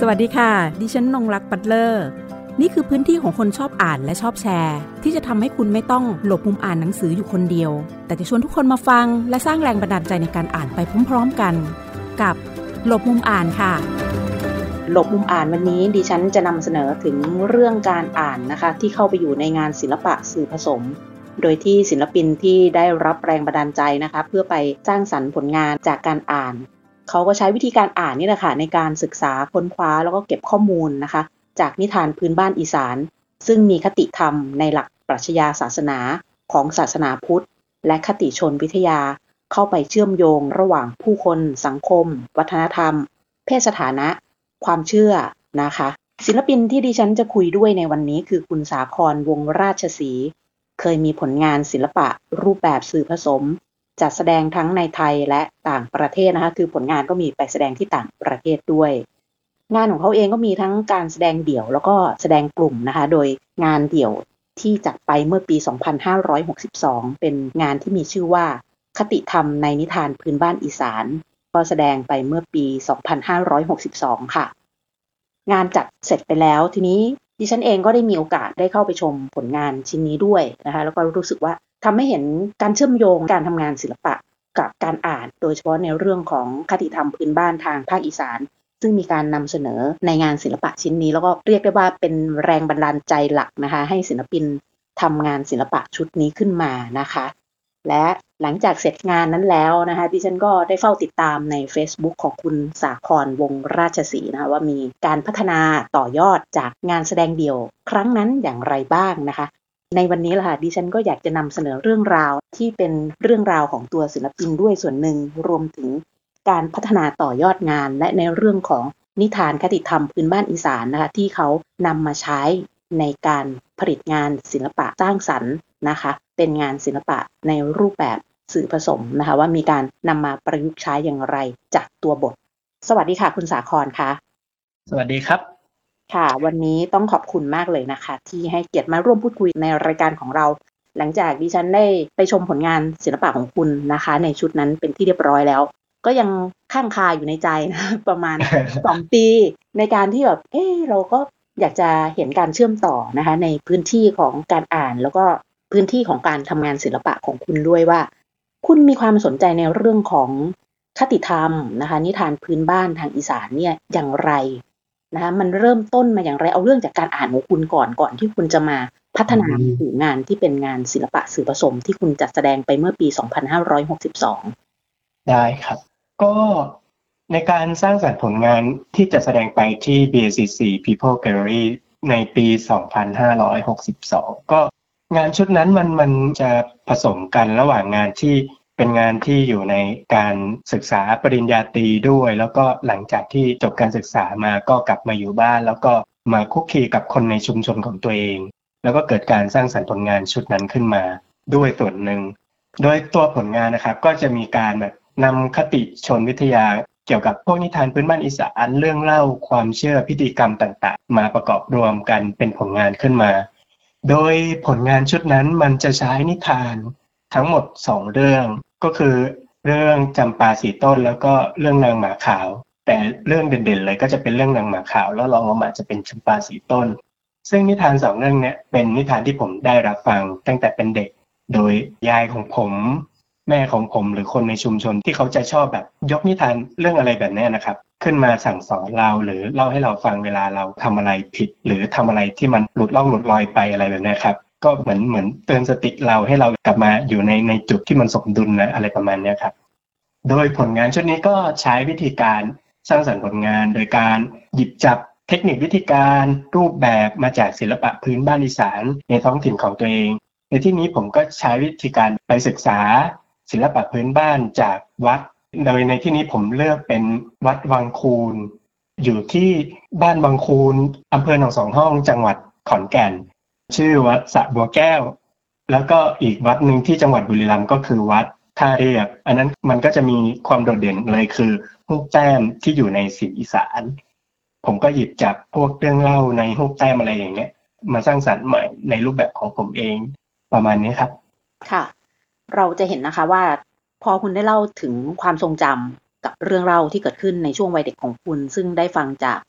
สวัสดีค่ะดิฉันนงรักปัตเลอร์นี่คือพื้นที่ของคนชอบอ่านและชอบแชร์ที่จะทำให้คุณไม่ต้องหลบมุมอ่านหนังสืออยู่คนเดียวแต่จะชวนทุกคนมาฟังและสร้างแรงบันดาลใจในการอ่านไปพร้อมๆกันกับหลบมุมอ่านค่ะหลบมุมอ่านวันนี้ดิฉันจะนำเสนอถึงเรื่องการอ่านนะคะที่เข้าไปอยู่ในงานศิลปะสื่อผสมโดยที่ศิลปินที่ได้รับแรงบันดาลใจนะคะเพื่อไปสร้างสรรค์ผลงานจากการอ่านเขาก็ใช้วิธีการอ่านนี่แหละค่ะในการศึกษาค้นคว้าแล้วก็เก็บข้อมูลนะคะจากนิทานพื้นบ้านอีสานซึ่งมีคติธรรมในหลักปรัชญาศาสนาของศาสนาพุทธและคติชนวิทยาเข้าไปเชื่อมโยงระหว่างผู้คนสังคมวัฒนธรรมเพศสถานะความเชื่อนะคะศิลปินที่ดิฉันจะคุยด้วยในวันนี้คือคุณสาครวงศ์ราชสีห์เคยมีผลงานศิลปะรูปแบบสื่อผสมจัดแสดงทั้งในไทยและต่างประเทศนะคะคือผลงานก็มีไปแสดงที่ต่างประเทศด้วยงานของเขาเองก็มีทั้งการแสดงเดี่ยวแล้วก็แสดงกลุ่มนะคะโดยงานเดี่ยวที่จัดไปเมื่อปี 2562 เป็นงานที่มีชื่อว่าคติธรรมในนิทานพื้นบ้านอีสานก็แสดงไปเมื่อปี 2562 ค่ะงานจัดเสร็จไปแล้วทีนี้ดิฉันเองก็ได้มีโอกาสได้เข้าไปชมผลงานชิ้นนี้ด้วยนะคะแล้วก็รู้สึกว่าทำให้เห็นการเชื่อมโยงการทำงานศิลปะกับการอ่านโดยเฉพาะในเรื่องของคติธรรมพื้นบ้านทางภาคอีสานซึ่งมีการนำเสนอในงานศิลปะชิ้นนี้แล้วก็เรียกได้ว่าเป็นแรงบันดาลใจหลักนะคะให้ศิลปินทำงานศิลปะชุดนี้ขึ้นมานะคะและหลังจากเสร็จงานนั้นแล้วนะคะดิฉันก็ได้เฝ้าติดตามใน Facebook ของคุณสาครวงศ์ราชสีห์นะคะว่ามีการพัฒนาต่อยอดจากงานแสดงเดี่ยวครั้งนั้นอย่างไรบ้างนะคะในวันนี้ล่ะค่ะดิฉันก็อยากจะนำเสนอเรื่องราวที่เป็นเรื่องราวของตัวศิลปินด้วยส่วนหนึ่งรวมถึงการพัฒนาต่อยอดงานและในเรื่องของนิทานคติธรรมพื้นบ้านอีสานนะคะที่เขานำมาใช้ในการผลิตงานศิลปะสร้างสรรค์นะคะเป็นงานศิลปะในรูปแบบสื่อผสมนะคะว่ามีการนำมาประยุกต์ใช้อย่างไรจากตัวบทสวัสดีค่ะคุณสาครค่ะสวัสดีครับค่ะวันนี้ต้องขอบคุณมากเลยนะคะที่ให้เกียรติมาร่วมพูดคุยในรายการของเราหลังจากดิฉันได้ไปชมผลงานศิลปะของคุณนะคะในชุดนั้นเป็นที่เรียบร้อยแล้วก็ยังข้างคาอยู่ในใจนะประมาณ 2 ปีในการที่แบบเราก็อยากจะเห็นการเชื่อมต่อนะคะในพื้นที่ของการอ่านแล้วก็พื้นที่ของการทำงานศิลปะของคุณด้วยว่าคุณมีความสนใจในเรื่องของคติธรรมนะคะนิทานพื้นบ้านทางอีสานเนี่ยอย่างไรนะคะมันเริ่มต้นมาอย่างไรเอาเรื่องจากการอ่านของคุณก่อนที่คุณจะมาพัฒนาสู่งานที่เป็นงานศิลปะสื่อผสมที่คุณจัดแสดงไปเมื่อปี 2562 ได้ครับก็ในการสร้างสรรค์ผลงานที่จะแสดงไปที่ BACC People Gallery ในปี 2562 ก็งานชุดนั้นมันจะผสมกันระหว่างงานที่เป็นงานที่อยู่ในการศึกษาปริญญาตรีด้วยแล้วก็หลังจากที่จบการศึกษามาก็กลับมาอยู่บ้านแล้วก็มาคุกคีกับคนในชุมชนของตัวเองแล้วก็เกิดการสร้างสรรค์ผลงานชุดนั้นขึ้นมาด้วยส่วนหนึ่งโดยตัวผลงานนะครับก็จะมีการแบบนำคติชนวิทยาเกี่ยวกับพวกนิทานพื้นบ้านอีสานเรื่องเล่าความเชื่อพิธีกรรมต่างๆมาประกอบรวมกันเป็นผลงานขึ้นมาโดยผลงานชุดนั้นมันจะใช้นิทานทั้งหมด2เรื่องก็คือเรื่องจำปาสีต้นแล้วก็เรื่องนางหมาขาวแต่เรื่องเด่นๆเลยก็จะเป็นเรื่องนางหมาขาวแล้วรองลงมาจะเป็นจำปาสีต้นซึ่งนิทาน2เรื่องนี้เป็นนิทานที่ผมได้รับฟังตั้งแต่เป็นเด็กโดยยายของผมแม่ของผมหรือคนในชุมชนที่เขาจะชอบแบบยกนิทานเรื่องอะไรแบบนี้นะครับขึ้นมาสั่งสอนเราหรือเล่าให้เราฟังเวลาเราทำอะไรผิดหรือทำอะไรที่มันหลุดล่องหลุดลอยไปอะไรแบบนี้ครับก็เหมือนเตือนสติเราให้เรากลับมาอยู่ในจุดที่มันสมดุลนะอะไรประมาณนี้ครับโดยผลงานชุดนี้ก็ใช้วิธีการสร้างสรรค์ผลงานโดยการหยิบจับเทคนิควิธีการรูปแบบมาจากศิลปะพื้นบ้านอีสานในท้องถิ่นของตัวเองในที่นี้ผมก็ใช้วิธีการไปศึกษาศิลปะพื้นบ้านจากวัดโดยในที่นี้ผมเลือกเป็นวัดวังคูนอยู่ที่บ้านวังคูนอำเภอหนองสองห้องจังหวัดขอนแก่นชื่อวัดสระบัวแก้วแล้วก็อีกวัดหนึ่งที่จังหวัดบุรีรัมย์ก็คือวัดท่าเรียบอันนั้นมันก็จะมีความโดดเด่นเลยคือฮูกแต้มที่อยู่ในสีอีสานผมก็หยิบจับพวกเรื่องเล่าในฮูกแต้มอะไรอย่างเงี้ยมาสร้างสรรค์ใหม่ในรูปแบบของผมเองประมาณนี้ครับค่ะเราจะเห็นนะคะว่าพอคุณได้เล่าถึงความทรงจำกับเรื่องเล่าที่เกิดขึ้นในช่วงวัยเด็กของคุณซึ่งได้ฟังจาก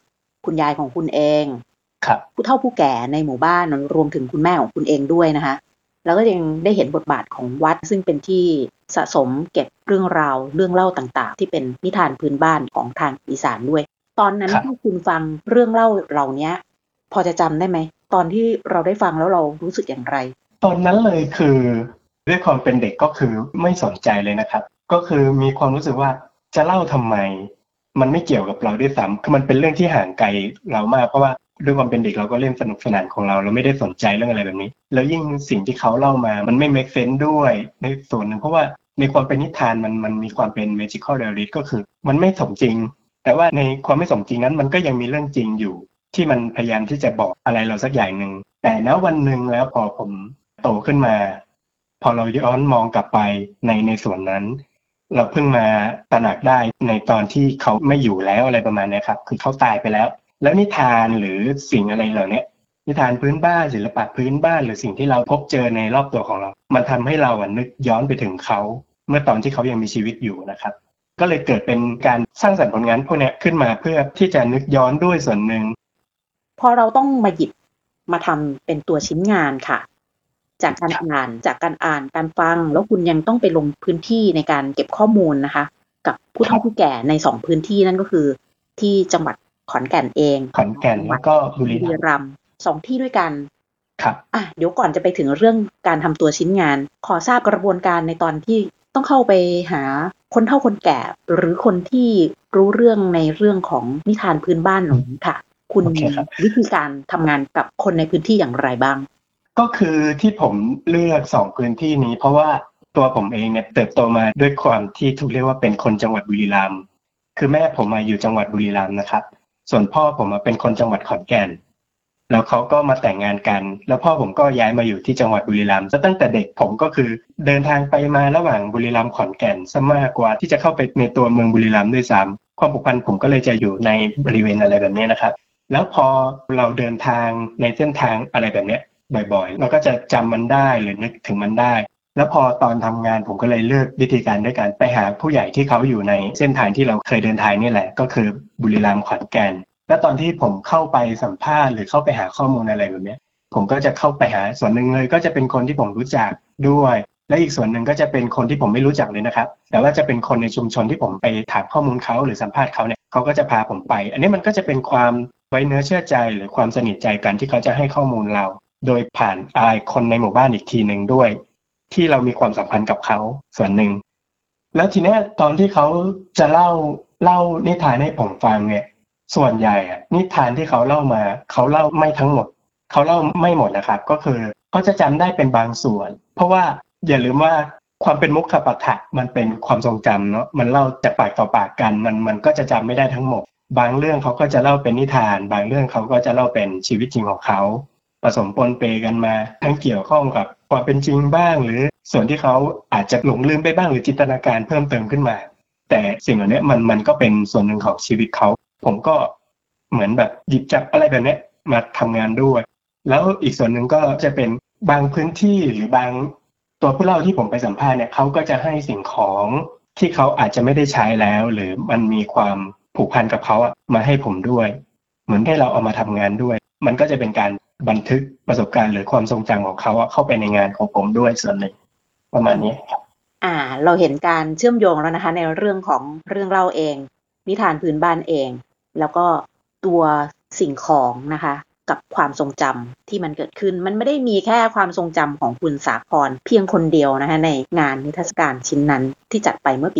คุณยายของคุณเองครับผู้เฒ่าผู้แก่ในหมู่บ้านรวมถึงคุณแม่ของคุณเองด้วยนะคะแล้วก็ยังได้เห็นบทบาทของวัดซึ่งเป็นที่สะสมเก็บเรื่องราวเรื่องเล่าต่างๆที่เป็นนิทานพื้นบ้านของทางอีสานด้วยตอนนั้นที่คุณฟังเรื่องเล่าเหล่านี้พอจะจำได้ไหมตอนที่เราได้ฟังแล้วเรารู้สึกอย่างไรตอนนั้นเลยคือด้วยความเป็นเด็กก็คือไม่สนใจเลยนะครับก็คือมีความรู้สึกว่าจะเล่าทำไมมันไม่เกี่ยวกับเราด้วยซ้ำคือมันเป็นเรื่องที่ห่างไกลเรามากเพราะว่าด้วยความเป็นเด็กเราก็เล่นสนุกสนานของเราไม่ได้สนใจเรื่องอะไรแบบนี้แล้วยิ่งสิ่งที่เขาเล่ามามันไม่ make sense ด้วยในส่วนหนึ่งเพราะว่าในความเป็นนิทานมันมีความเป็น magical realist ก็คือมันไม่สมจริงแต่ว่าในความไม่สมจริงนั้นมันก็ยังมีเรื่องจริงอยู่ที่มันพยายามที่จะบอกอะไรเราสักอย่างนึงแต่ณวันนึงแล้วพอผมโตขึ้นมาพอเราย้อนมองกลับไปในส่วนนั้นเราเพิ่งมาตระหนักได้ในตอนที่เขาไม่อยู่แล้วอะไรประมาณนี้ครับคือเขาตายไปแล้วแล้วนิทานหรือสิ่งอะไรเหล่านี้นิทานพื้นบ้านศิลปะพื้นบ้านหรือสิ่งที่เราพบเจอในรอบตัวของเรามันทำให้เรานึกย้อนไปถึงเขาเมื่อตอนที่เขายังมีชีวิตอยู่นะครับก็เลยเกิดเป็นการสร้างสรรค์ผลงานพวกนี้ขึ้นมาเพื่อที่จะนึกย้อนด้วยส่วนหนึ่งพอเราต้องมาหยิบมาทำเป็นตัวชิ้นงานค่ะจากการอ่านการฟังแล้วคุณยังต้องไปลงพื้นที่ในการเก็บข้อมูลนะคะกับผู้เฒ่าผู้แก่ใน2พื้นที่นั่นก็คือที่จังหวัดขอนแก่นเองขอนแก่นแล้วก็บุรีรัมย์ 2ที่ด้วยกันครับเดี๋ยวก่อนจะไปถึงเรื่องการทำตัวชิ้นงานขอทราบกระบวนการในตอนที่ต้องเข้าไปหาคนเฒ่าคนแก่หรือคนที่รู้เรื่องในเรื่องของนิทานพื้นบ้านหนูค่ะคุณมีวิธีการทำงานกับคนในพื้นที่อย่างไรบ้างก็คือที่ผมเลือก2พื้นที่นี้เพราะว่าตัวผมเองเนี่ยเติบโตมาด้วยความที่ถูกเรียกว่าเป็นคนจังหวัดบุรีรัมย์คือแม่ผมมาอยู่จังหวัดบุรีรัมย์นะครับส่วนพ่อผมเป็นคนจังหวัดขอนแก่นแล้วเขาก็มาแต่งงานกันแล้วพ่อผมก็ย้ายมาอยู่ที่จังหวัดบุรีรัมย์ตั้งแต่เด็กผมก็คือเดินทางไปมาระหว่างบุรีรัมย์ขอนแก่นซะมากกว่าที่จะเข้าไปในตัวเมืองบุรีรัมย์ด้วยซ้ำความผูกพันผมก็เลยจะอยู่ในบริเวณอะไรแบบนี้นะครับแล้วพอเราเดินทางในเส้นทางอะไรแบบนี้บ่อยๆเราก็จะจำมันได้หรือนึกถึงมันได้แล้วพอตอนทำงานผมก็เลยเลือกวิธีการด้วยการไปหาผู้ใหญ่ที่เขาอยู่ในเส้นทางที่เราเคยเดินทางนี่แหละก็คือบุรีรัมย์ขอนแก่นแล้วตอนที่ผมเข้าไปสัมภาษณ์หรือเข้าไปหาข้อมูลอะไรแบบนี้ผมก็จะเข้าไปหาส่วนหนึ่งเลยก็จะเป็นคนที่ผมรู้จักด้วยและอีกส่วนหนึ่งก็จะเป็นคนที่ผมไม่รู้จักเลยนะครับแต่ว่าจะเป็นคนในชุมชนที่ผมไปถามข้อมูลเขาหรือสัมภาษณ์เขาเนี่ยเขาก็จะพาผมไปอันนี้มันก็จะเป็นความไว้เนื้อเชื่อใจหรือความสนิทใจกันที่เขาจะให้ข้อมูลเราโดยผ่านคนในหมู่บ้านอีกทีหนึ่งด้วยที่เรามีความสัมพันธ์กับเขาส่วนหนึ่งแล้วทีนี้ตอนที่เขาจะเล่านิทานให้ผมฟังเนี่ยส่วนใหญ่นิทานที่เขาเล่ามาเขาเล่าไม่ทั้งหมดเขาเล่าไม่หมดนะครับก็คือเขาจะจำได้เป็นบางส่วนเพราะว่าอย่าลืมว่าความเป็นมุขปฐะมันเป็นความทรงจำเนาะมันเล่าจากปากต่อปากกันมันก็จะจำไม่ได้ทั้งหมดบางเรื่องเขาก็จะเล่าเป็นนิทานบางเรื่องเขาก็จะเล่าเป็นชีวิตจริงของเขาผสมปนเปกันมาทั้งเกี่ยวข้องกับความเป็นจริงบ้างหรือส่วนที่เขาอาจจะหลงลืมไปบ้างหรือจินตนาการเพิ่มเติมขึ้นมาแต่สิ่งเหล่านี้มันก็เป็นส่วนหนึ่งของชีวิตเขาผมก็เหมือนแบบหยิบจับอะไรแบบนี้มาทำงานด้วยแล้วอีกส่วนหนึ่งก็จะเป็นบางพื้นที่หรือบางตัวผู้เล่าที่ผมไปสัมภาษณ์เนี่ยเขาก็จะให้สิ่งของที่เขาอาจจะไม่ได้ใช้แล้วหรือมันมีความผูกพันกับเขามาให้ผมด้วยเหมือนให้เราเอามาทำงานด้วยมันก็จะเป็นการบันทึกประสบการณ์หรือความทรงจำของเขาเข้าไปในงานของผมด้วยส่วนหนึ่งประมาณนี้ครับเราเห็นการเชื่อมโยงแล้วนะคะในเรื่องของเรื่องเล่าเองนิทานพื้นบ้านเองแล้วก็ตัวสิ่งของนะคะกับความทรงจำที่มันเกิดขึ้นมันไม่ได้มีแค่ความทรงจำของคุณสาครเพียงคนเดียวนะคะในงานนิทรรศการชิ้นนั้นที่จัดไปเมื่อปี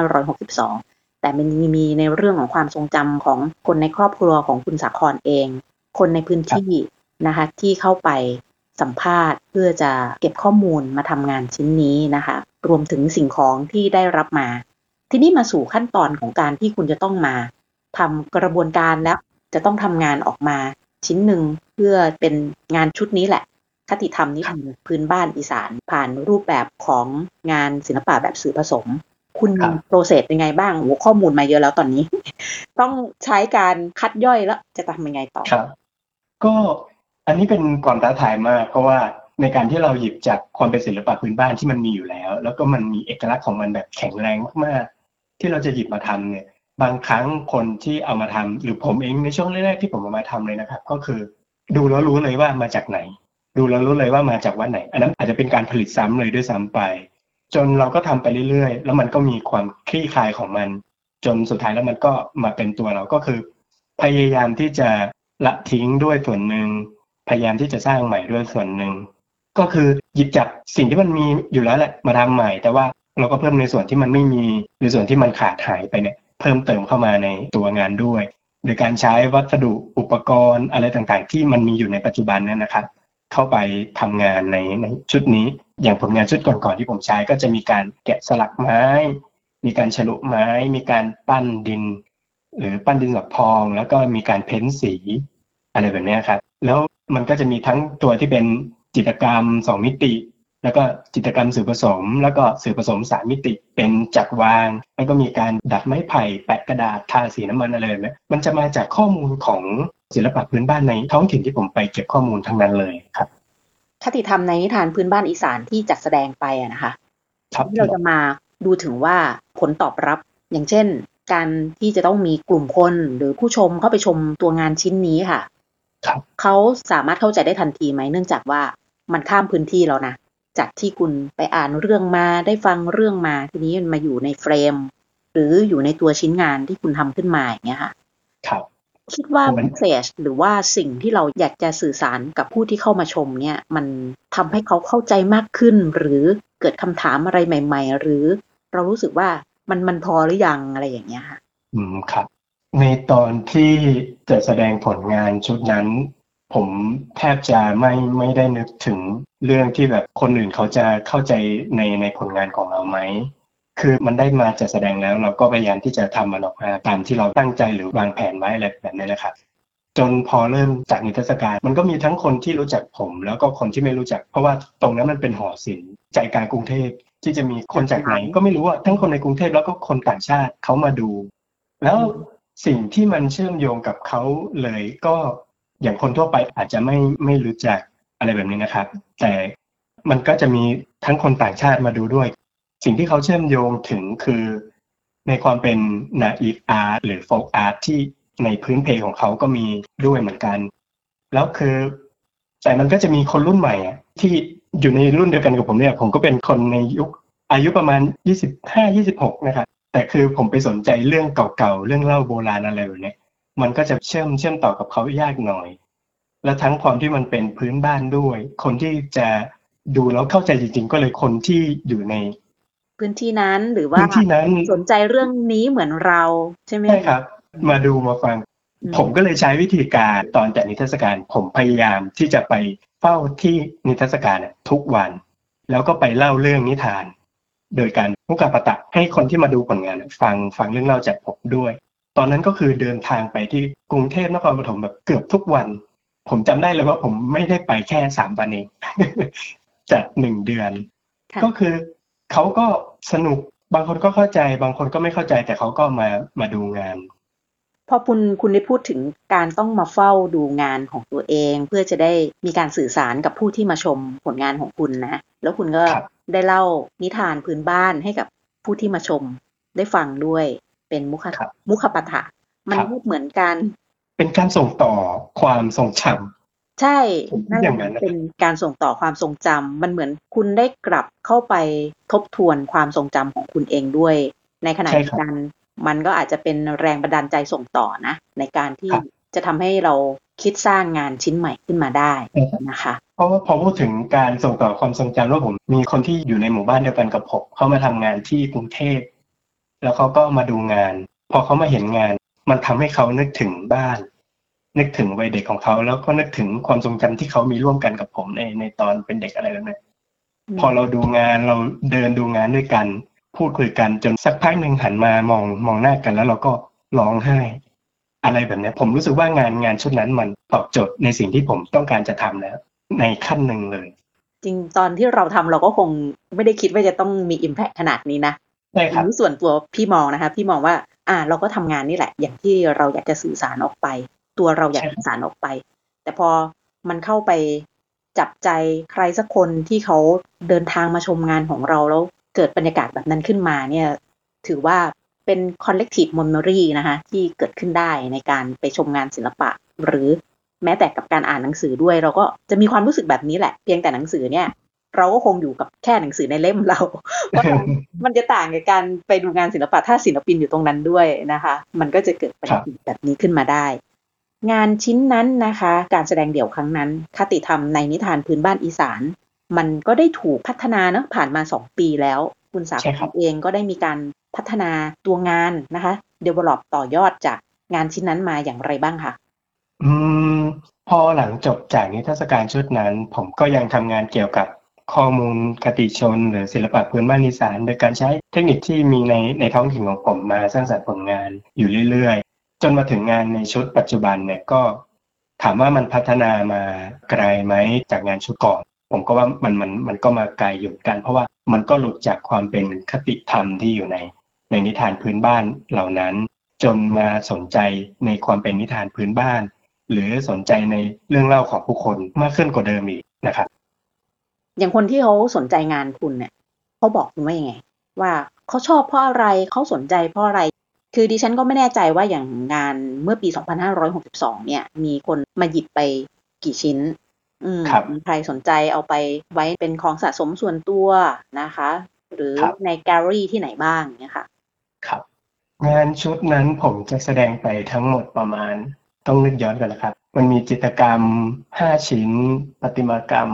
2562แต่มันมีในเรื่องของความทรงจำของคนในครอบครัวของคุณสาครเองคนในพื้นที่นะคะที่เข้าไปสัมภาษณ์เพื่อจะเก็บข้อมูลมาทำงานชิ้นนี้นะคะรวมถึงสิ่งของที่ได้รับมาทีนี้มาสู่ขั้นตอนของการที่คุณจะต้องมาทำกระบวนการแล้วจะต้องทำงานออกมาชิ้นหนึ่งเพื่อเป็นงานชุดนี้แหละคติธรรมนิทานพื้นบ้านอีสานผ่านรูปแบบของงานศิลปะแบบสื่อผสมคุณโปรเซสยังไงบ้างข้อมูลมาเยอะแล้วตอนนี้ ต้องใช้การคัดย่อยแล้วจะทำยังไงต่อครับก็อันนี้เป็นความท้าทายมากเพราะว่าในการที่เราหยิบจากความเป็นศิลปะพื้นบ้านที่มันมีอยู่แล้วแล้วก็มันมีเอกลักษณ์ของมันแบบแข็งแรงมากๆที่เราจะหยิบมาทำเนี่ยบางครั้งคนที่เอามาทำหรือผมเองในช่วงแรกๆที่ผมเอามาทำเลยนะครับก็คือดูแล้วรู้เลยว่ามาจากไหนดูแล้วรู้เลยว่ามาจากวัดไหนอันนั้นอาจจะเป็นการผลิตซ้ำเลยด้วยซ้ำไปจนเราก็ทำไปเรื่อยๆแล้วมันก็มีความคลี่คลายของมันจนสุดท้ายแล้วมันก็มาเป็นตัวเราก็คือพยายามที่จะละทิ้งด้วยส่วนหนึ่งพยายามที่จะสร้างใหม่ด้วยส่วนหนึ่งก็คือหยิบจับสิ่งที่มันมีอยู่แล้วแหละมาทำใหม่แต่ว่าเราก็เพิ่มในส่วนที่มันไม่มีหรือส่วนที่มันขาดหายไปเนี่ยเพิ่มเติมเข้ามาในตัวงานด้วยโดยการใช้วัสดุอุปกรณ์อะไรต่างๆที่มันมีอยู่ในปัจจุบันนั้นนะครับเข้าไปทำงานในชุดนี้อย่างผลงานชุดก่อนๆที่ผมใช้ก็จะมีการแกะสลักไม้มีการฉลุไม้มีการปั้นดินหรือปั้นดินสอพองแล้วก็มีการเพ้นสีอะไรแบบนี้ครับแล้วมันก็จะมีทั้งตัวที่เป็นจิตรกรรม2มิติแล้วก็จิตรกรรมสื่อผสมแล้วก็สื่อผสม3มิติเป็นจัดวางแล้วก็มีการดัดไม้ไผ่แปะกระดาษทาสีน้ำมันอะไรแบบนี้มันจะมาจากข้อมูลของศิลปะพื้นบ้านในท้องถิ่นที่ผมไปเก็บข้อมูลทั้งนั้นเลยครับคติธรรมในนิทานพื้นบ้านอีสานที่จัดแสดงไปนะคะที่เราจะมาดูถึงว่าผลตอบรับอย่างเช่นการที่จะต้องมีกลุ่มคนหรือผู้ชมเข้าไปชมตัวงานชิ้นนี้ค่ะเขาสามารถเข้าใจได้ทันทีไหมเนื่องจากว่ามันข้ามพื้นที่แล้วนะจากที่คุณไปอ่านเรื่องมาได้ฟังเรื่องมาทีนี้มันมาอยู่ในเฟรมหรืออยู่ในตัวชิ้นงานที่คุณทำขึ้นมาอย่างเงี้ยค่ะครับคิดว่าเมสเสจหรือว่าสิ่งที่เราอยากจะสื่อสารกับผู้ที่เข้ามาชมเนี่ยมันทำให้เขาเข้าใจมากขึ้นหรือเกิดคำถามอะไรใหม่ๆหรือเรารู้สึกว่ามันพอหรือยังอะไรอย่างเงี้ยค่ะครับในตอนที่จะแสดงผลงานชุดนั้นผมแทบจะไม่ได้นึกถึงเรื่องที่แบบคนอื่นเขาจะเข้าใจในผลงานของเราไหมคือมันได้มาจัดแสดงแล้วเราก็พยายามที่จะทำมันออกมาตามที่เราตั้งใจหรือวางแผนไว้อะไรแบบนี้นะครับจนพอเริ่มจากนิทรรศการมันก็มีทั้งคนที่รู้จักผมแล้วก็คนที่ไม่รู้จักเพราะว่าตรงนั้นมันเป็นหอศิลป์ใจกลางกรุงเทพที่จะมีคนจากไหนก็ไม่รู้ว่าทั้งคนในกรุงเทพแล้วก็คนต่างชาติเขามาดูแล้วสิ่งที่มันเชื่อมโยงกับเขาเลยก็อย่างคนทั่วไปอาจจะไม่รู้จักอะไรแบบนี้นะครับแต่มันก็จะมีทั้งคนต่างชาติมาดูด้วยสิ่งที่เขาเชื่อมโยงถึงคือในความเป็น naive art หรือ folk art ที่ในพื้นเพของเขาก็มีด้วยเหมือนกันแล้วคือแต่มันก็จะมีคนรุ่นใหม่ที่อยู่ในรุ่นเดียวกันกับผมเนี่ยผมก็เป็นคนในยุคอายุประมาณ25-26นะครับแต่คือผมไปสนใจเรื่องเก่าๆเรื่องเล่าโบราณอะไรแบบนี้มันก็จะเชื่อมต่อกับเขายากหน่อยและทั้งความที่มันเป็นพื้นบ้านด้วยคนที่จะดูแล้วเข้าใจจริงๆก็เลยคนที่อยู่ในพื้นที่นั้นหรือว่าสนใจเรื่องนี้เหมือนเราใช่ไหมใช่ครับมาดูมาฟังผมก็เลยใช้วิธีการตอนจัดนิทรรศการผมพยายามที่จะไปเฝ้าที่นิทรรศการทุกวันแล้วก็ไปเล่าเรื่องนิทานโดยการมุขปตะให้คนที่มาดูผลงานฟังเรื่องเล่าจากผมด้วยตอนนั้นก็คือเดินทางไปที่กรุงเทพนครปฐมแบบเกือบทุกวันผมจำได้เลยว่าผมไม่ได้ไปแค่3 วันเอง จัด1 เดือนก็คือเขาก็สนุกบางคนก็เข้าใจบางคนก็ไม่เข้าใจแต่เขาก็มาดูงานพอคุณได้พูดถึงการต้องมาเฝ้าดูงานของตัวเองเพื่อจะได้มีการสื่อสารกับผู้ที่มาชมผลงานของคุณนะแล้วคุณก็ได้เล่านิทานพื้นบ้านให้กับผู้ที่มาชมได้ฟังด้วยเป็นมุขปตะมันเหมือนกันเป็นการส่งต่อความทรงจำใช่นั่นเป็นการส่งต่อความทรงจำมันเหมือนคุณได้กลับเข้าไปทบทวนความทรงจำของคุณเองด้วยในขณะเดียวกันมันก็อาจจะเป็นแรงบันดาลใจส่งต่อนะในการที่จะทำให้เราคิดสร้างงานชิ้นใหม่ขึ้นมาได้นะคะเพราะว่าพอพูดถึงการส่งต่อความทรงจำว่าผมมีคนที่อยู่ในหมู่บ้านเดียวกันกับผมเขามาทำงานที่กรุงเทพแล้วเขาก็มาดูงานพอเขามาเห็นงานมันทำให้เขานึกถึงบ้านนึกถึงวัยเด็กของเขาแล้วก็นึกถึงความทรงจำที่เขามีร่วมกันกับผมในตอนเป็นเด็กอะไรแบบนี้พอเราดูงานเราเดินดูงานด้วยกันพูดคุยกันจนสักพักหนึ่งหันมามองหน้ากันแล้วเราก็ร้องไห้อะไรแบบนี้ผมรู้สึกว่างานชุดนั้นมันตอบโจทย์ในสิ่งที่ผมต้องการจะทำแล้วในขั้นหนึ่งเลยจริงตอนที่เราทำเราก็คงไม่ได้คิดว่าจะต้องมี impact ขนาดนี้นะใช่ครับส่วนตัวพี่มองนะคะพี่มองว่าเราก็ทำงานนี่แหละอย่างที่เราอยากจะสื่อสารออกไปตัวเราอยากสื่อสารออกไปแต่พอมันเข้าไปจับใจใครสักคนที่เขาเดินทางมาชมงานของเราแล้วเกิดบรรยากาศแบบนั้นขึ้นมาเนี่ยถือว่าเป็น collective memory นะคะที่เกิดขึ้นได้ในการไปชมงานศิลปะหรือแม้แต่กับการอ่านหนังสือด้วยเราก็จะมีความรู้สึกแบบนี้แหละเพียงแต่หนังสือเนี่ยเราก็คงอยู่กับแค่หนังสือในเล่มเรา เพราะมันจะต่างกับการไปดูงานศิลปะถ้าศิลปินอยู่ตรงนั้นด้วยนะคะมันก็จะเกิดปฏิกิริยาแบบนี้ขึ้นมาได้งานชิ้นนั้นนะคะการแสดงเดี่ยวครั้งนั้นคติธรรมในนิทานพื้นบ้านอีสานมันก็ได้ถูกพัฒนาเนาะผ่านมา2 ปีแล้วคุณสาครเองก็ได้มีการพัฒนาตัวงานนะคะ develop ต่อยอดจากงานชิ้นนั้นมาอย่างไรบ้างคะพอหลังจบจากนิทรรศการชุดนั้นผมก็ยังทำงานเกี่ยวกับข้อมูลคติชนหรือศิลปะพื้นบ้านอีสานโดยการใช้เทคนิคที่มีในท้องถิ่นของผมมาสร้างสรรค์ผลงานอยู่เรื่อยๆจนมาถึงงานในชุดปัจจุบันเนี่ยก็ถามว่ามันพัฒนามาไกลไหมจากงานชุดก่อนผมก็ว่ามันก็มาไกลอยู่กันเพราะว่ามันก็หลุดจากความเป็นคติธรรมที่อยู่ในนิทานพื้นบ้านเหล่านั้นจนมาสนใจในความเป็นนิทานพื้นบ้านหรือสนใจในเรื่องเล่าของผู้คนมากขึ้นกว่าเดิมอีกนะครับอย่างคนที่เขาสนใจงานคุณเนี่ยเขาบอกคุณว่ายังไงว่าเขาชอบเพราะอะไรเขาสนใจเพราะอะไรคือดิฉันก็ไม่แน่ใจว่าอย่างงานเมื่อปี2562เนี่ยมีคนมาหยิบไปกี่ชิ้นใครสนใจเอาไปไว้เป็นของสะสมส่วนตัวนะคะหรือในแกลเลอรี่ที่ไหนบ้างเนี่ยค่ะครับงานชุดนั้นผมจะแสดงไปทั้งหมดประมาณต้องนึกย้อนกันนะครับมันมีจิตรกรรม5ชิ้นประติมากรรม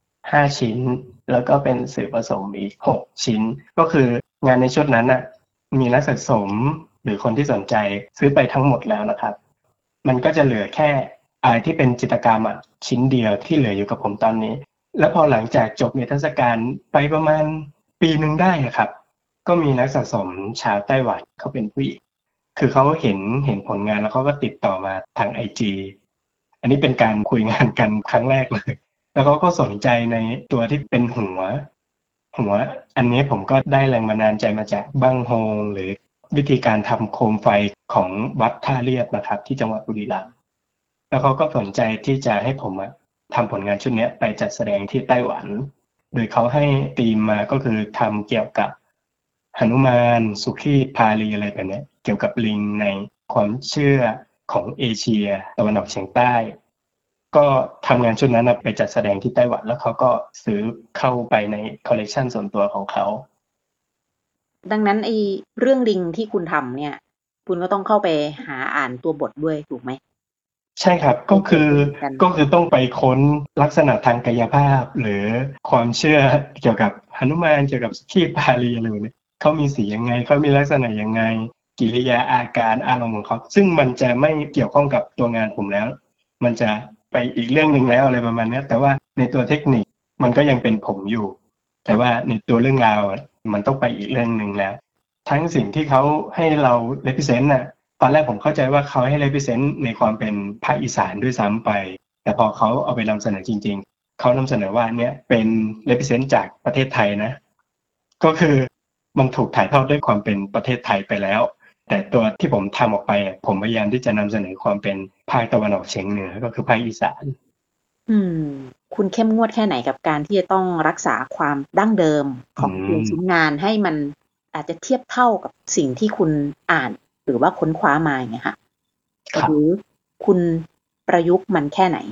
5ชิ้นแล้วก็เป็นสื่อผสมอีก6ชิ้นก็คืองานในชุดนั้นน่ะมีนักสะสมหรือคนที่สนใจซื้อไปทั้งหมดแล้วนะครับมันก็จะเหลือแค่ที่เป็นจิตรกรรมชิ้นเดียวที่เหลืออยู่กับผมตอนนี้แล้วพอหลังจากจบนิทรรศการไปประมาณปีนึงได้ครับก็มีนักสะสมชาวไต้หวันเขาเป็นผู้หญิงคือเขาเห็นผลงานแล้วเขาก็ติดต่อมาทาง IG อันนี้เป็นการคุยงานกันครั้งแรกเลยแล้วเขาก็สนใจในตัวที่เป็นหัวอันนี้ผมก็ได้แรงบันดาลใจมาจากบั้งโฮงหรือวิธีการทำโคมไฟของวัดท่าเรียบนะครับที่จังหวัดบุรีรัมย์แล้วเขาก็สนใจที่จะให้ผมทำผลงานชุดนี้ไปจัดแสดงที่ไต้หวันโดยเขาให้ธีมมาก็คือทำเกี่ยวกับหนุมานสุขีพาลีอะไรแบบนี้เกี่ยวกับลิงในความเชื่อของเอเชียตะวันออกเฉียงใต้ก็ทำงานชุดนั้นไปจัดแสดงที่ไต้หวันแล้วเขาก็ซื้อเข้าไปในคอลเลกชันส่วนตัวของเขาดังนั้นไอ้เรื่องลิงที่คุณทำเนี่ยคุณก็ต้องเข้าไปหาอ่านตัวบทด้วยถูกไหมใช่ครับก็คือต้องไปค้นลักษณะทางกายภาพหรือความเชื่อเกี่ยวกับหนุมานเกี่ยวกับสุขีพาลีอะไรเนี่ยเขามีสียังไงเขามีลักษณะยังไงกิริยาอาการอารมณ์ของเขาซึ่งมันจะไม่เกี่ยวข้องกับตัวงานผมแล้วมันจะไปอีกเรื่องนึงแล้วอะไรประมาณนี้แต่ว่าในตัวเทคนิคมันก็ยังเป็นผมอยู่แต่ว่าในตัวเรื่องราวมันต้องไปอีกเรื่องนึงแล้วทั้งสิ่งที่เขาให้เรา represent ตอนแรกผมเข้าใจว่าเขาให้ represent ในความเป็นภาคอีสานด้วยซ้ำไปแต่พอเขาเอาไปนำเสนอจริงๆเขานำเสนอว่าเนี่ยเป็น represent จากประเทศไทยนะก็คือมันถูกถ่ายทอดด้วยความเป็นประเทศไทยไปแล้วแต่ตัวที่ผมทำออกไปผมพยายามที่จะนำเสนอความเป็นภาคตะวันออกเฉียงเหนือก็คือภาคอีสานคุณเข้มงวดแค่ไหนกับการที่จะต้องรักษาความดั้งเดิมของตัวชิ้นงานให้มันอาจจะเทียบเท่ากับสิ่งที่คุณอ่านหรือว่าค้นคว้ามาอย่างเงี้ยค่ะหรือคุณประยุกต์มันแค่ไหน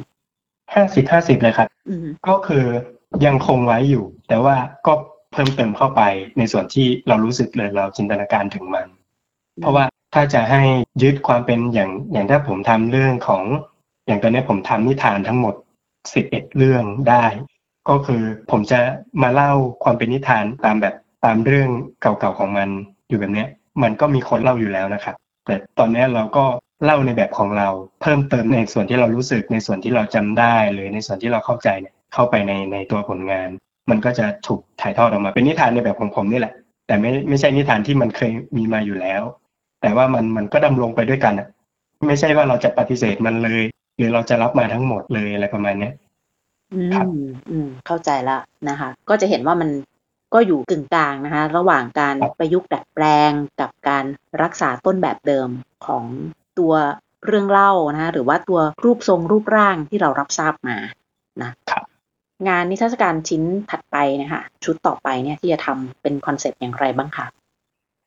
50-50เลยครับก็คือยังคงไว้อยู่แต่ว่าก็เพิ่มเติมเข้าไปในส่วนที่เรารู้สึกเลยเราจินตนาการถึงมันเพราะว่าถ้าจะให้ยึดความเป็นอย่างถ้าผมทำเรื่องของอย่างตอนนี้ผมทำนิทานทั้งหมด11เรื่องได้ก็คือผมจะมาเล่าความเป็นนิทานตามเรื่องเก่าๆของมันอยู่แบบนี้มันก็มีคนเล่าอยู่แล้วนะครับแต่ตอนนี้เราก็เล่าในแบบของเราเพิ่มเติมในส่วนที่เรารู้สึกในส่วนที่เราจำได้หรือในส่วนที่เราเข้าใจเนี่ยเข้าไปในตัวผลงานมันก็จะถูกถ่ายทอดออกมาเป็นนิทานในแบบของผมนี่แหละแต่ไม่ใช่นิทานที่มันเคยมีมาอยู่แล้วแต่ว่ามันก็ดำรงไปด้วยกันไม่ใช่ว่าเราจะปฏิเสธมันเลยหรือเราจะรับมาทั้งหมดเลยอะไรประมาณนี้ครับเข้าใจละนะคะก็จะเห็นว่ามันก็อยู่กึ่งกลางนะคะระหว่างการประยุกต์ดัดแปลงกับการรักษาต้นแบบเดิมของตัวเรื่องเล่านะคะหรือว่าตัวรูปทรงรูปร่างที่เรารับทราบมานะครับงานนิทรรศการชิ้นถัดไปนะคะชุดต่อไปเนี่ยที่จะทำเป็นคอนเซ็ปต์อย่างไรบ้างคะ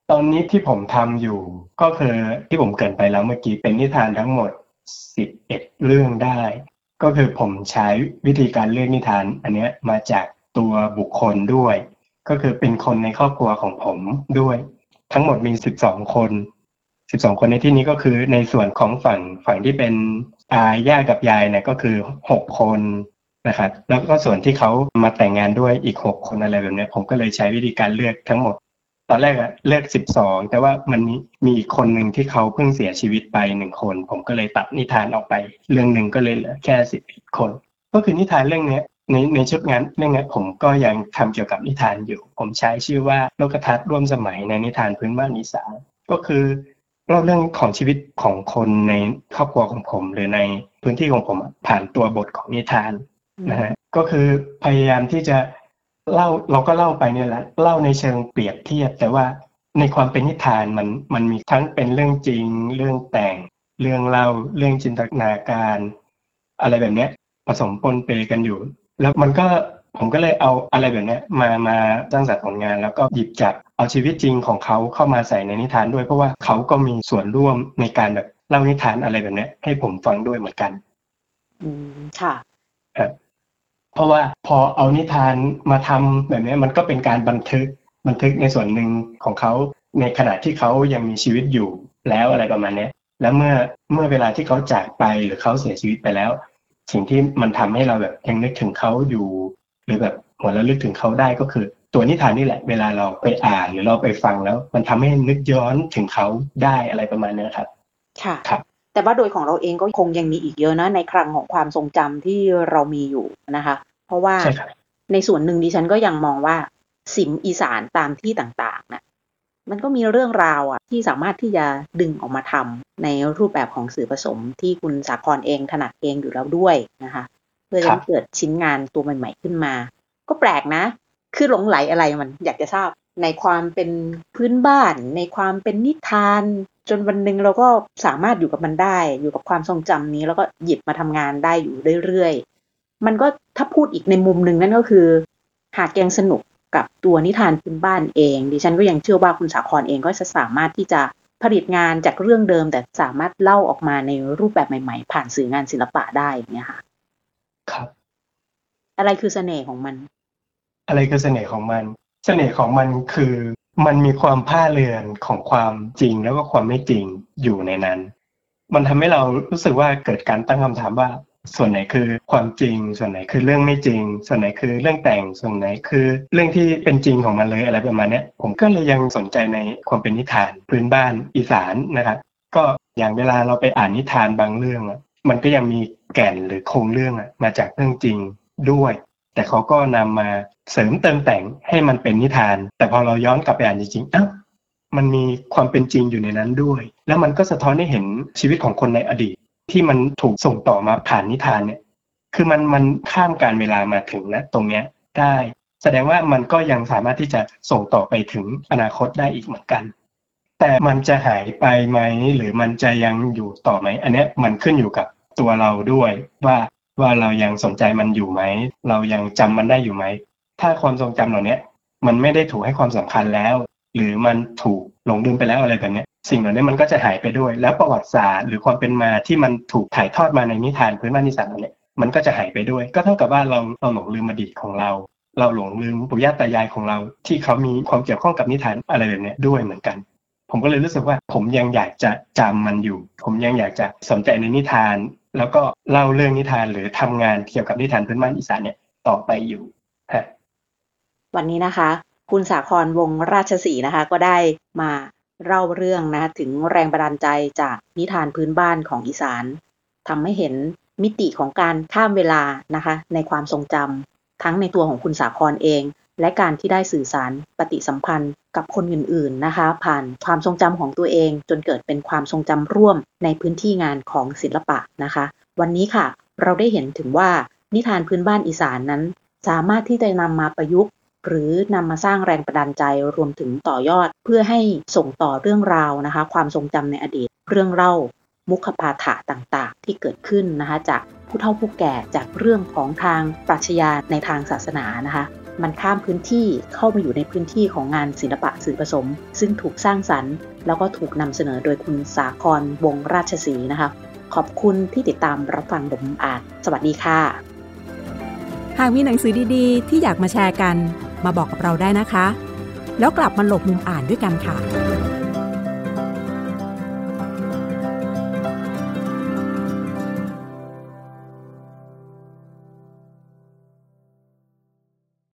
ตอนนี้ที่ผมทำอยู่ก็คือที่ผมเกริ่นไปแล้วเมื่อกี้เป็นนิทานทั้งหมด11เรื่องได้ก็คือผมใช้วิธีการเลือกนิทานอันเนี้ยมาจากตัวบุคคลด้วยก็คือเป็นคนในครอบครัวของผมด้วยทั้งหมดมี12คน12คนในที่นี้ก็คือในส่วนของฝั่งที่เป็นย่ากับยายเนี่ยก็คือ6คนนะครับแล้วก็ส่วนที่เขามาแต่งงานด้วยอีก6คนอะไรแบบนี้ผมก็เลยใช้วิธีการเลือกทั้งหมดตอนแรกเลือก12แต่ว่ามันมีอีกคนหนึ่งที่เขาเพิ่งเสียชีวิตไป1คนผมก็เลยตัดนิทานออกไปเรื่องหนึ่งก็เลยเหลือแค่11คนก็คือนิทานเรื่องนี้ในชุดงานเรื่องนี้ผมก็ยังทำเกี่ยวกับนิทานอยู่ผมใช้ชื่อว่าโลกทัศน์ร่วมสมัยในนิทานพื้นบ้านอีสานก็คือเล่าเรื่องของชีวิตของคนในครอบครัวของผมหรือในพื้นที่ของผมผ่านตัวบทของนิทานนะฮะก็คือพยายามที่จะเล่าเราก็เล่าไปเนี่ยแหละเล่าในเชิงเปรียบเทียบแต่ว่าในความเป็นนิทานมันมีทั้งเป็นเรื่องจริงเรื่องแต่งเรื่องเล่าเรื่องจินตนาการอะไรแบบนี้ผสมปนเปกันอยู่แล้วผมก็เลยเอาอะไรแบบนี้มาสร้างสรรค์ผลงานแล้วก็หยิบจับเอาชีวิตจริงของเขาเข้ามาใส่ในนิทานด้วยเพราะว่าเขาก็มีส่วนร่วมในการแบบเล่านิทานอะไรแบบนี้ให้ผมฟังด้วยเหมือนกันค่ะเพราะว่าพอเอานิทานมาทำแบบนี้มันก็เป็นการบันทึกในส่วนหนึ่งของเขาในขณะที่เขายังมีชีวิตอยู่แล้วอะไรประมาณนี้แล้วเมื่อเวลาที่เขาจากไปหรือเขาเสียชีวิตไปแล้วสิ่งที่มันทำให้เราแบบยังนึกถึงเขาอยู่หรือแบบหัวเราลึกถึงเขาได้ก็คือตัวนิทานนี่แหละเวลาเราไปอ่านหรือเราไปฟังแล้วมันทำให้นึกย้อนถึงเขาได้อะไรประมาณนี้ครับค่ะครับแต่ว่าโดยของเราเองก็คงยังมีอีกเยอะนะในคลังของความทรงจำที่เรามีอยู่นะคะเพราะว่าในส่วนหนึ่งดิฉันก็ยังมองว่าสิมอีสานตามที่ต่างๆนะมันก็มีเรื่องราวที่สามารถที่จะดึงออกมาทำในรูปแบบของสื่อผสมที่คุณสาครเองถนัดเองอยู่แล้วด้วยนะคะเพื่อจะเกิดชิ้นงานตัวใหม่ๆขึ้นมาก็แปลกนะคือหลงไหลอะไรมันอยากจะทราบในความเป็นพื้นบ้านในความเป็นนิทานจนวันหนึ่งเราก็สามารถอยู่กับมันได้อยู่กับความทรงจำนี้แล้วก็หยิบมาทำงานได้อยู่เรื่อยๆมันก็ถ้าพูดอีกในมุมหนึ่งนั่นก็คือหากยังสนุกกับตัวนิทานพื้นบ้านเองดิฉันก็ยังเชื่อว่าคุณสาครเองก็จะสามารถที่จะผลิตงานจากเรื่องเดิมแต่สามารถเล่าออกมาในรูปแบบใหม่ๆผ่านสื่องานศิลปะได้อย่างเงี้ยค่ะครับอะไรคือเสน่ห์ของมันอะไรคือเสน่ห์ของมันเสน่ห์ของมันคือมันมีความผ้าเรือนของความจริงแล้วก็ความไม่จริงอยู่ในนั้นมันทำให้เรารู้สึกว่าเกิดการตั้งคำถามว่าส่วนไหนคือความจริงส่วนไหนคือเรื่องไม่จริงส่วนไหนคือเรื่องแต่งส่วนไหนคือเรื่องที่เป็นจริงของมันเลยอะไรประมาณนี้ผมก็เลยยังสนใจในความเป็นนิทานพื้นบ้านอีสานนะครับก็อย่างเวลาเราไปอ่านนิทานบางเรื่องมันก็ยังมีแก่นหรือโครงเรื่องมาจากเรื่องจริงด้วยแต่เขาก็นำมาเสริมเติมแต่งให้มันเป็นนิทานแต่พอเราย้อนกลับไปอ่านจริงๆมันมีความเป็นจริงอยู่ในนั้นด้วยแล้วมันก็สะท้อนให้เห็นชีวิตของคนในอดีตที่มันถูกส่งต่อมาผ่านนิทานเนี่ยคือมันข้ามการเวลามาถึงนะตรงเนี้ยได้แสดงว่ามันก็ยังสามารถที่จะส่งต่อไปถึงอนาคตได้อีกเหมือนกันแต่มันจะหายไปไหมหรือมันจะยังอยู่ต่อไหมอันนี้มันขึ้นอยู่กับตัวเราด้วยว่าเรายังสนใจมันอยู่ไหมเรายังจำมันได้อยู่ไหมถ้าความทรงจำเหล่านี้มันไม่ได้ถูกให้ความสำคัญแล้วหรือมันถูกหลงลืมไปแล้วอะไรแบบนี้สิ่งเหล่านี้มันก็จะหายไปด้วยแล้วประวัติศาสตร์หรือความเป็นมาที่มันถูกถ่ายทอดมาในนิทานพื้นบ้านอีสานเนี่ยมันก็จะหายไปด้วยก็เท่ากับว่าเราหลงลืมอดีตของเราหลงลืมปู่ย่าตายายของเราที่เขามีความเกี่ยวข้องกับนิทานอะไรแบบนี้ด้วยเหมือนกันผมก็เลยรู้สึกว่าผมยังอยากจะจำมันอยู่ผมยังอยากจะสนใจในนิทานแล้วก็เล่าเรื่องนิทานหรือทำงานเกี่ยวกับนิทานพื้นบ้านอีสานเนี่ยต่อไปอยู่วันนี้นะคะคุณสาครวงศ์ราชศรีนะคะก็ได้มาเล่าเรื่องนะถึงแรงบันดาลใจจากนิทานพื้นบ้านของอีสานทำให้เห็นมิติของการข้ามเวลานะคะในความทรงจำทั้งในตัวของคุณสาครเองและการที่ได้สื่อสารปฏิสัมพันธ์กับคนอื่นๆนะคะผ่านความทรงจำของตัวเองจนเกิดเป็นความทรงจำร่วมในพื้นที่งานของศิลปะนะคะวันนี้ค่ะเราได้เห็นถึงว่านิทานพื้นบ้านอีสานนั้นสามารถที่จะนำมาประยุกต์หรือนำมาสร้างแรงบันดาลใจรวมถึงต่อยอดเพื่อให้ส่งต่อเรื่องราวนะคะความทรงจำในอดีตเรื่องเล่ามุขปาฐะต่างๆที่เกิดขึ้นนะคะจากผู้เฒ่าผู้แก่จากเรื่องของทางปรัชญาในทางศาสนานะคะมันข้ามพื้นที่เข้ามาอยู่ในพื้นที่ของงานศิลปะสื่อผสมซึ่งถูกสร้างสรรค์แล้วก็ถูกนำเสนอโดยคุณสาครวงศ์ราชศรีนะคะขอบคุณที่ติดตามรับฟังหลบมุมอ่านสวัสดีค่ะหากมีหนังสือดีๆที่อยากมาแชร์กันมาบอกกับเราได้นะคะแล้วกลับมาหลบมุมอ่านด้วยกันค่ะ